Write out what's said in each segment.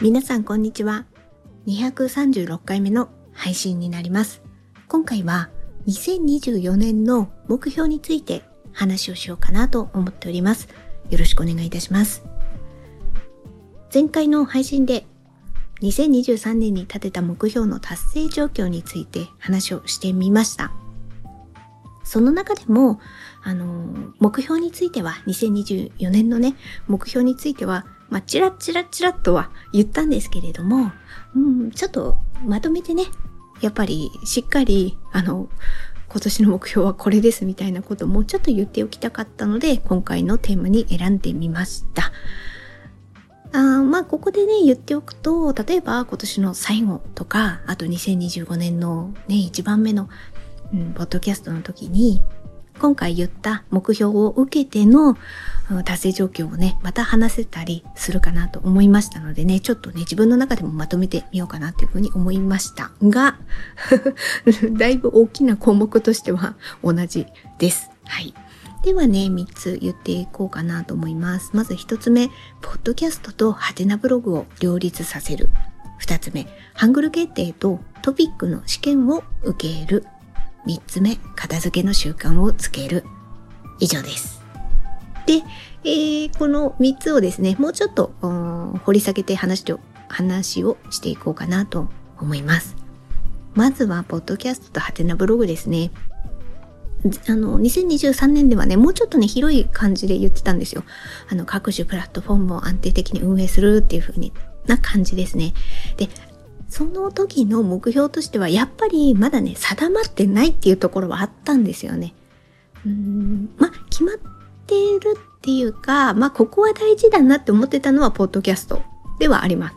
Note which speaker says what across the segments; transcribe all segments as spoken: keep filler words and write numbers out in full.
Speaker 1: 皆さんこんにちは。にひゃくさんじゅうろっかいめの配信になります。今回はにせんにじゅうよねんの目標について話をしようかなと思っております。よろしくお願いいたします。前回の配信でにせんにじゅうさんねんに立てた目標の達成状況について話をしてみました。その中でも、あの、目標については、にせんにじゅうよねんのね、目標については、まあ、チラッチラッチラッとは言ったんですけれども、うん、ちょっとまとめてね、やっぱりしっかり、あの、今年の目標はこれですみたいなこともちょっと言っておきたかったので、今回のテーマに選んでみました。あまあ、ここでね、言っておくと、例えば今年の最後とか、あとにせんにじゅうごねんのね、いちばんめの、うん、ポッドキャストの時に、今回言った目標を受けての達成状況をね、また話せたりするかなと思いましたのでね、ちょっとね、自分の中でもまとめてみようかなというふうに思いましたが、だいぶ大きな項目としては同じです。はい。ではね、みっつ言っていこうかなと思います。まずひとつめ、ポッドキャストとハテナブログを両立させる。ふたつめ、ハングル検定とトピックの試験を受ける。みっつめ、片付けの習慣をつける。以上です。で、えー、このみっつをですね、もうちょっと掘り下げて話を、話をしていこうかなと思います。まずは、ポッドキャストとハテナブログですね。あの、にせんにじゅうさんねんではね、もうちょっとね、広い感じで言ってたんですよ。あの、各種プラットフォームを安定的に運営するっていう風にな感じですね。で、その時の目標としてはやっぱりまだね定まってないっていうところはあったんですよね。うーんまあ決まっているっていうか、まあここは大事だなって思ってたのはポッドキャストではあります。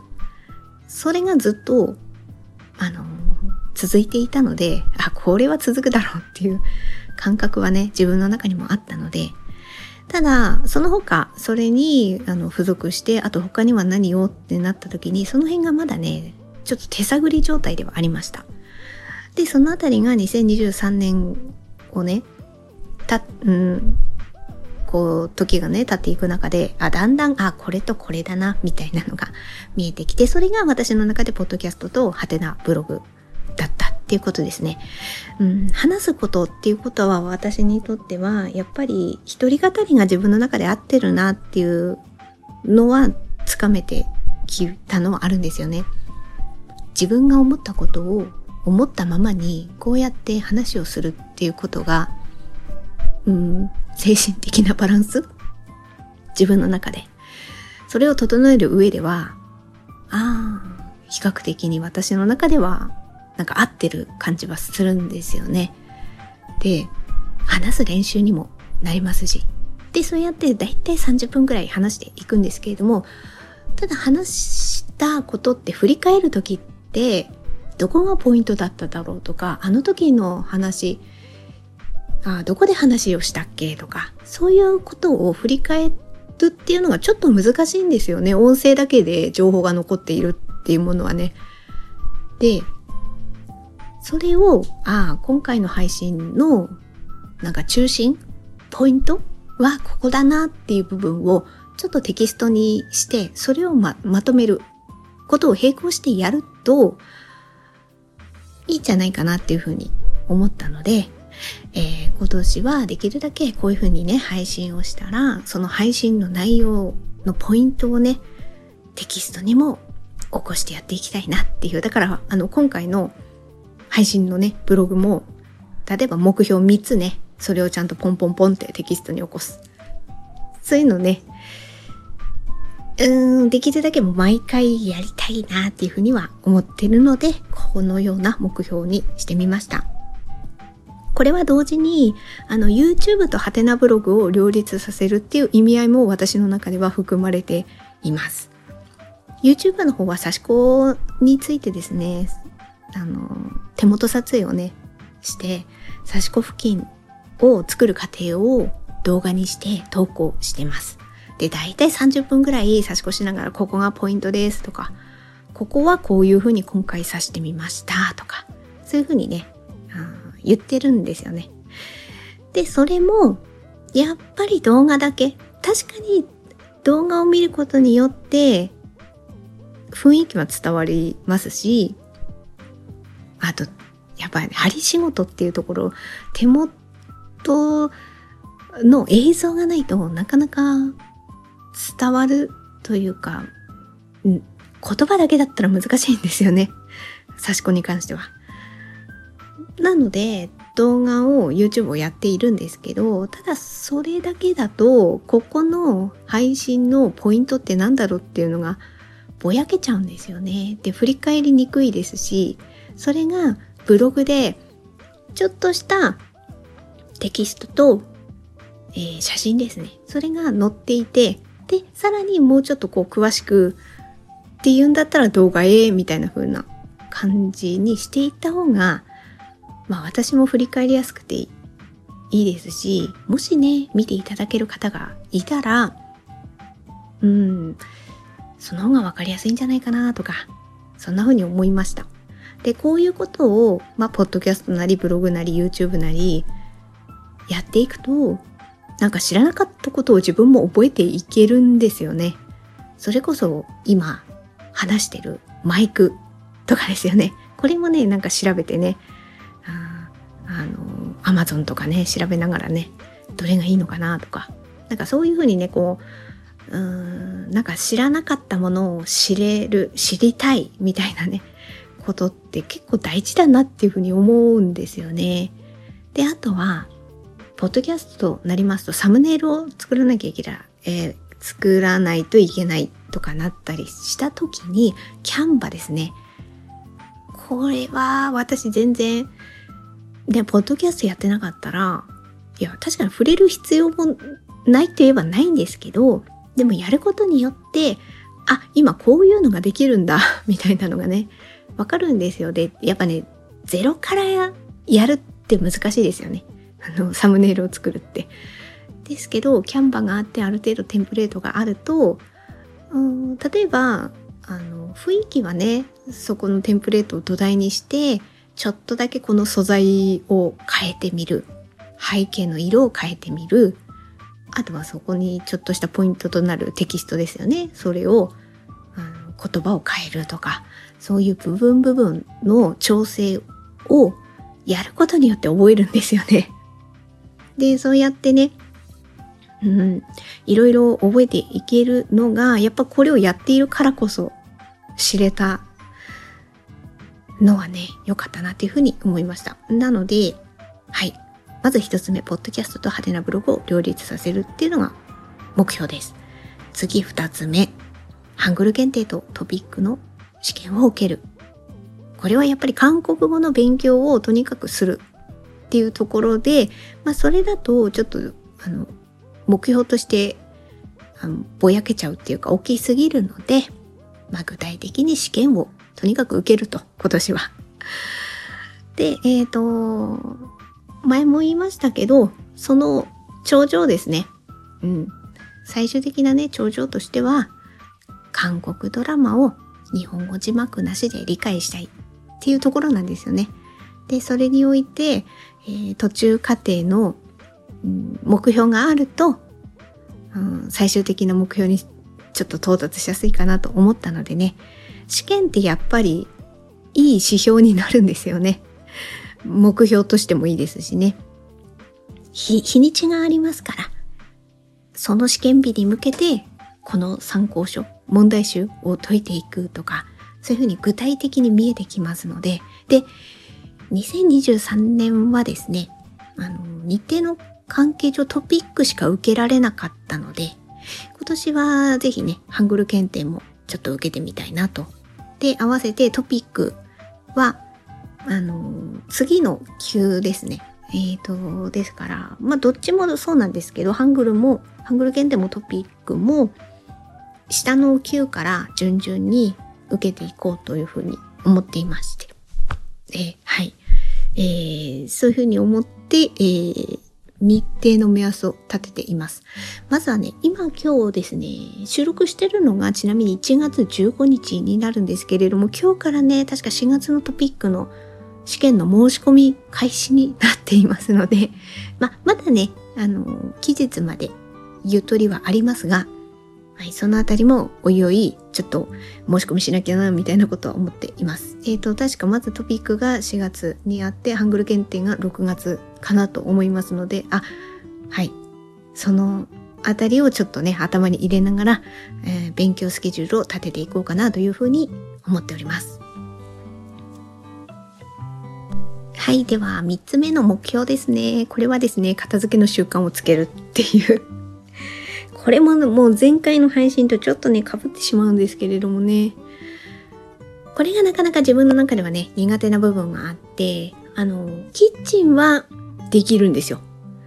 Speaker 1: それがずっとあのー、続いていたので、あこれは続くだろうっていう感覚はね自分の中にもあったので、ただその他それにあの付属してあと他には何をってなった時にその辺がまだねちょっと手探り状態ではありました。で、そのあたりがにせんにじゅうさんねんをね、た、うん、こう、時がね、経っていく中で、あ、だんだん、あ、これとこれだな、みたいなのが見えてきて、それが私の中でポッドキャストとハテナブログだったっていうことですね。うん、話すことっていうことは私にとっては、やっぱり一人語りが自分の中で合ってるなっていうのは、つかめてきたのはあるんですよね。自分が思ったことを思ったままにこうやって話をするっていうことが、うん、精神的なバランス、自分の中でそれを整える上では、ああ、比較的に私の中ではなんか合ってる感じはするんですよね。で、話す練習にもなりますし、で、そうやってだいたいさんじゅっぷんくらい話していくんですけれども、ただ話したことって振り返るときってでどこがポイントだっただろうとか、あの時の話あどこで話をしたっけとか、そういうことを振り返るっていうのがちょっと難しいんですよね。音声だけで情報が残っているっていうものはね。でそれをあ今回の配信のなんか中心ポイントはここだなっていう部分をちょっとテキストにして、それを ま, まとめることを並行してやるといいんじゃないかなっていうふうに思ったので、えー、今年はできるだけこういうふうにね配信をしたら、その配信の内容のポイントをねテキストにも起こしてやっていきたいなっていう。だからあの今回の配信のねブログも、例えば目標みっつね、それをちゃんとポンポンポンってテキストに起こす、そういうのねうーんできるだけ毎回やりたいなっていうふうには思ってるので、このような目標にしてみました。これは同時にあの YouTube とハテナブログを両立させるっていう意味合いも私の中では含まれています。 YouTube の方は差し子についてですね、あの手元撮影をねして差し子付近を作る過程を動画にして投稿してます。で、だいたいさんじゅっぷんぐらい差し越しながら、ここがポイントですとか、ここはこういうふうに今回刺してみましたとか、そういうふうにね、言ってるんですよね。で、それも、やっぱり動画だけ。確かに動画を見ることによって、 雰囲気は伝わりますし、あとやっぱり針仕事っていうところ、手元の映像がないとなかなか伝わるというか、言葉だけだったら難しいんですよね、刺し子に関しては。なので動画を YouTube をやっているんですけど、ただそれだけだとここの配信のポイントってなんだろうっていうのがぼやけちゃうんですよね。で、振り返りにくいですし、それがブログでちょっとしたテキストと、えー、写真ですね、それが載っていて、でさらにもうちょっとこう詳しくっていうんだったら動画へみたいな風な感じにしていった方が、まあ私も振り返りやすくていいですし、もしね見ていただける方がいたら、うんその方が分かりやすいんじゃないかなとか、そんな風に思いました。で、こういうことをまあポッドキャストなりブログなり YouTube なりやっていくと、なんか知らなかったことを自分も覚えていけるんですよね。それこそ今話してるマイクとかですよね。これもねなんか調べてね、あ, あの Amazon とかね調べながらね、どれがいいのかなとか、なんかそういうふうにねこう、うーんなんか知らなかったものを知れる、知りたいみたいなねことって結構大事だなっていうふうに思うんですよね。で、あとはポッドキャストとなりますとサムネイルを作らなきゃいけない、えー、作らないといけないとかなったりした時に、キャンバですね。これは私全然ね、ポッドキャストやってなかったら、いや確かに触れる必要もないといえばないんですけど、でもやることによって、あ、今こういうのができるんだみたいなのがねわかるんですよ。で、やっぱねゼロからやるって難しいですよね、あのサムネイルを作るって。ですけどキャンバがあって、ある程度テンプレートがあると、うん、例えばあの雰囲気はね、そこのテンプレートを土台にしてちょっとだけこの素材を変えてみる、背景の色を変えてみる、あとはそこにちょっとしたポイントとなるテキストですよね、それをあの言葉を変えるとか、そういう部分部分の調整をやることによって覚えるんですよね。で、そうやってね、うん、いろいろ覚えていけるのが、やっぱこれをやっているからこそ知れたのはね、良かったなっていうふうに思いました。なので、はい。まず一つ目、ポッドキャストと派手なブログを両立させるっていうのが目標です。次二つ目、ハングル検定とトピックの試験を受ける。これはやっぱり韓国語の勉強をとにかくするっていうところで、まあそれだとちょっとあの目標としてあのぼやけちゃうっていうか大きすぎるので、まあ具体的に試験をとにかく受けると、今年は。で、えっと、前も言いましたけど、その頂上ですね。うん。最終的なね、頂上としては、韓国ドラマを日本語字幕なしで理解したいっていうところなんですよね。で、それにおいて、えー、途中過程の、うん、目標があると、うん、最終的な目標にちょっと到達しやすいかなと思ったのでね、試験ってやっぱりいい指標になるんですよね。目標としてもいいですしね。日、日にちがありますから、その試験日に向けてこの参考書、問題集を解いていくとか、そういうふうに具体的に見えてきますので、で、にせんにじゅうさんねんはですね、あの日程の関係上トピックしか受けられなかったので、今年はぜひね、ハングル検定もちょっと受けてみたいなと。で、合わせてトピックはあの次の級ですね。えっとですから、まあどっちもそうなんですけど、ハングルもハングル検定もトピックも下の級から順々に受けていこうというふうに思っていまして、えー、はい、えー、そういうふうに思って、えー、日程の目安を立てています。まずはね、今今日ですね、収録してるのがちなみにいちがつじゅうごにちになるんですけれども、今日からね、確かしがつのトピックの試験の申し込み開始になっていますので、ま、まだね、あの、期日までゆとりはありますが、 はい、そのあたりもおいおいちょっと申し込みしなきゃなみたいなことは思っています。えっと確かまずトピックがしがつにあってハングル検定がろくがつかなと思いますので、あ、はい、そのあたりをちょっとね頭に入れながら、えー、勉強スケジュールを立てていこうかなというふうに思っております。はい、ではみっつめの目標ですね。これはですね、片付けの習慣をつけるっていうこれももう前回の配信とちょっとね被ってしまうんですけれどもね、これがなかなか自分の中ではね苦手な部分があって、あのキッチンはできるんですよ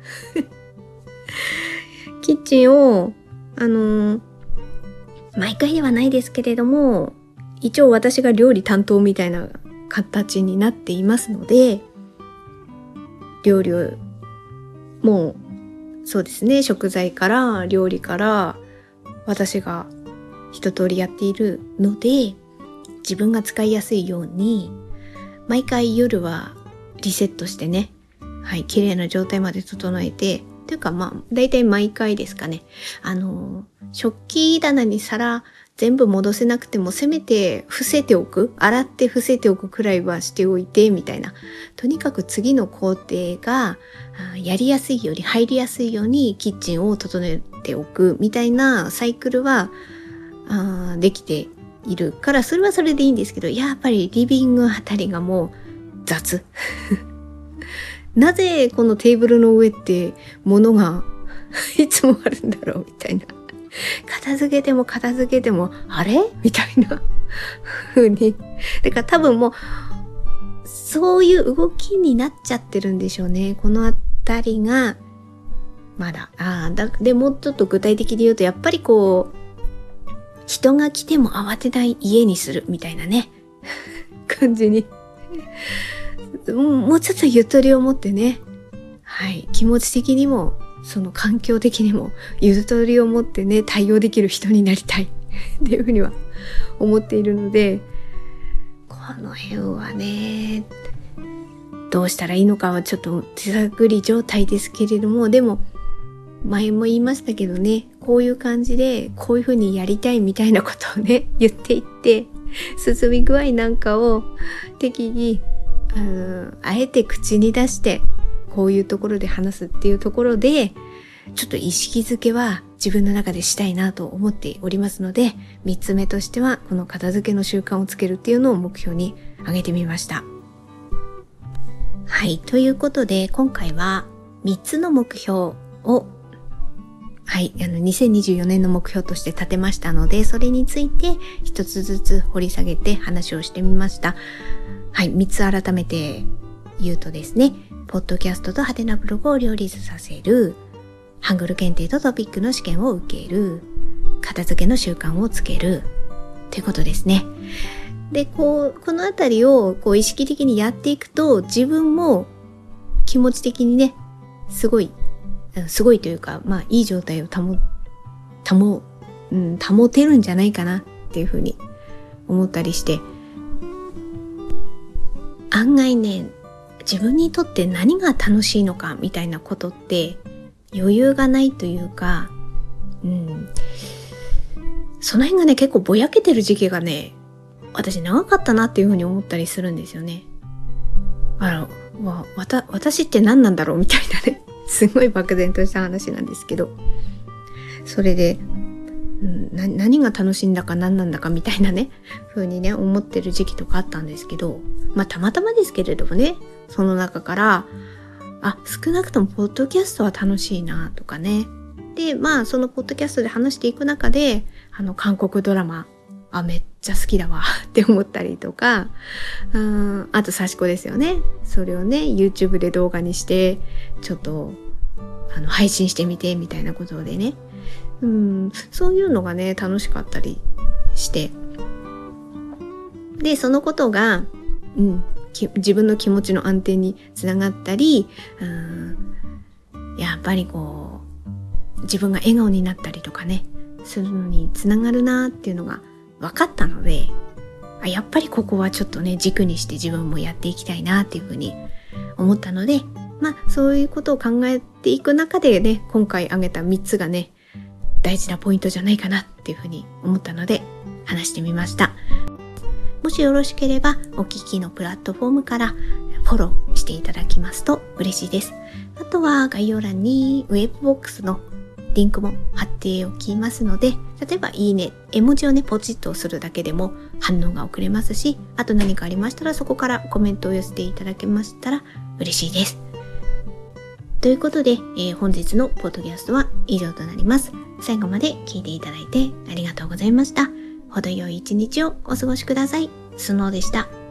Speaker 1: キッチンをあの毎回ではないですけれども、一応私が料理担当みたいな形になっていますので、料理をもうそうですね、食材から料理から私が一通りやっているので、自分が使いやすいように毎回夜はリセットしてね、はい、綺麗な状態まで整えて、というかまあだいたい毎回ですかね、あの食器棚に皿全部戻せなくてもせめて伏せておく、洗って伏せておくくらいはしておいてみたいな、とにかく次の工程がやりやすいように入りやすいようにキッチンを整えておくみたいなサイクルはあできているから、それはそれでいいんですけど、やっぱりリビングあたりがもう雑なぜこのテーブルの上って物がいつもあるんだろうみたいな、片付けても片付けてもあれみたいな風に、だから多分もうそういう動きになっちゃってるんでしょうね。このあたりがまだあだでもうちょっと具体的に言うと、やっぱりこう人が来ても慌てない家にするみたいなね感じにもうちょっとゆとりを持ってね、はい、気持ち的にもその環境的にもゆとりを持ってね対応できる人になりたいっていうふうには思っているので、この辺はねどうしたらいいのかはちょっと手探り状態ですけれども、でも前も言いましたけどね、こういう感じでこういうふうにやりたいみたいなことをね言っていって、進み具合なんかを適宜あのあえて口に出してこういうところで話すっていうところでちょっと意識づけは自分の中でしたいなと思っておりますので、みっつめとしてはこの片付けの習慣をつけるっていうのを目標に挙げてみました。はい、ということで今回はみっつの目標をはい、あのにせんにじゅうよねんの目標として立てましたので、それについて一つずつ掘り下げて話をしてみました。はい、みっつ改めて言うとですね、ポッドキャストとハテナブログを両立させる、ハングル検定とトピックの試験を受ける、片付けの習慣をつけるということですね。で、こうこのあたりをこう意識的にやっていくと、自分も気持ち的にね、すごいすごいというか、まあいい状態を保保、うん、保てるんじゃないかなっていうふうに思ったりして、案外ね、自分にとって何が楽しいのかみたいなことって余裕がないというか、うん、その辺がね結構ぼやけてる時期がね、私長かったなっていうふうに思ったりするんですよね。あら、わ、わた、私って何なんだろうみたいなね、すごい漠然とした話なんですけど、それで、うん、な何が楽しいんだか何なんだかみたいなね風にね思ってる時期とかあったんですけど、まあたまたまですけれどもね、その中からあ少なくともポッドキャストは楽しいなとかね、でまあそのポッドキャストで話していく中であの韓国ドラマあめっちゃ好きだわって思ったりとか、うん、あと刺し子ですよね、それをね YouTube で動画にしてちょっとあの配信してみてみたいなことでね、うん、そういうのがね楽しかったりして、でそのことが、うん、自分の気持ちの安定につながったり、うん、やっぱりこう自分が笑顔になったりとかねするのにつながるなっていうのが分かったので、あやっぱりここはちょっとね軸にして自分もやっていきたいなっていうふうに思ったので、まあそういうことを考えていく中でね、今回挙げたみっつがね大事なポイントじゃないかなっていうふうに思ったので話してみました。もしよろしければお聞きのプラットフォームからフォローしていただきますと嬉しいです。あとは概要欄にウェブボックスのリンクも貼っておきますので、例えばいいね、絵文字をねポチッとするだけでも反応が遅れますし、あと何かありましたらそこからコメントを寄せていただけましたら嬉しいです。ということで、えー、本日のポッドキャストは以上となります。最後まで聞いていただいてありがとうございました。程よい一日をお過ごしください。スノーでした。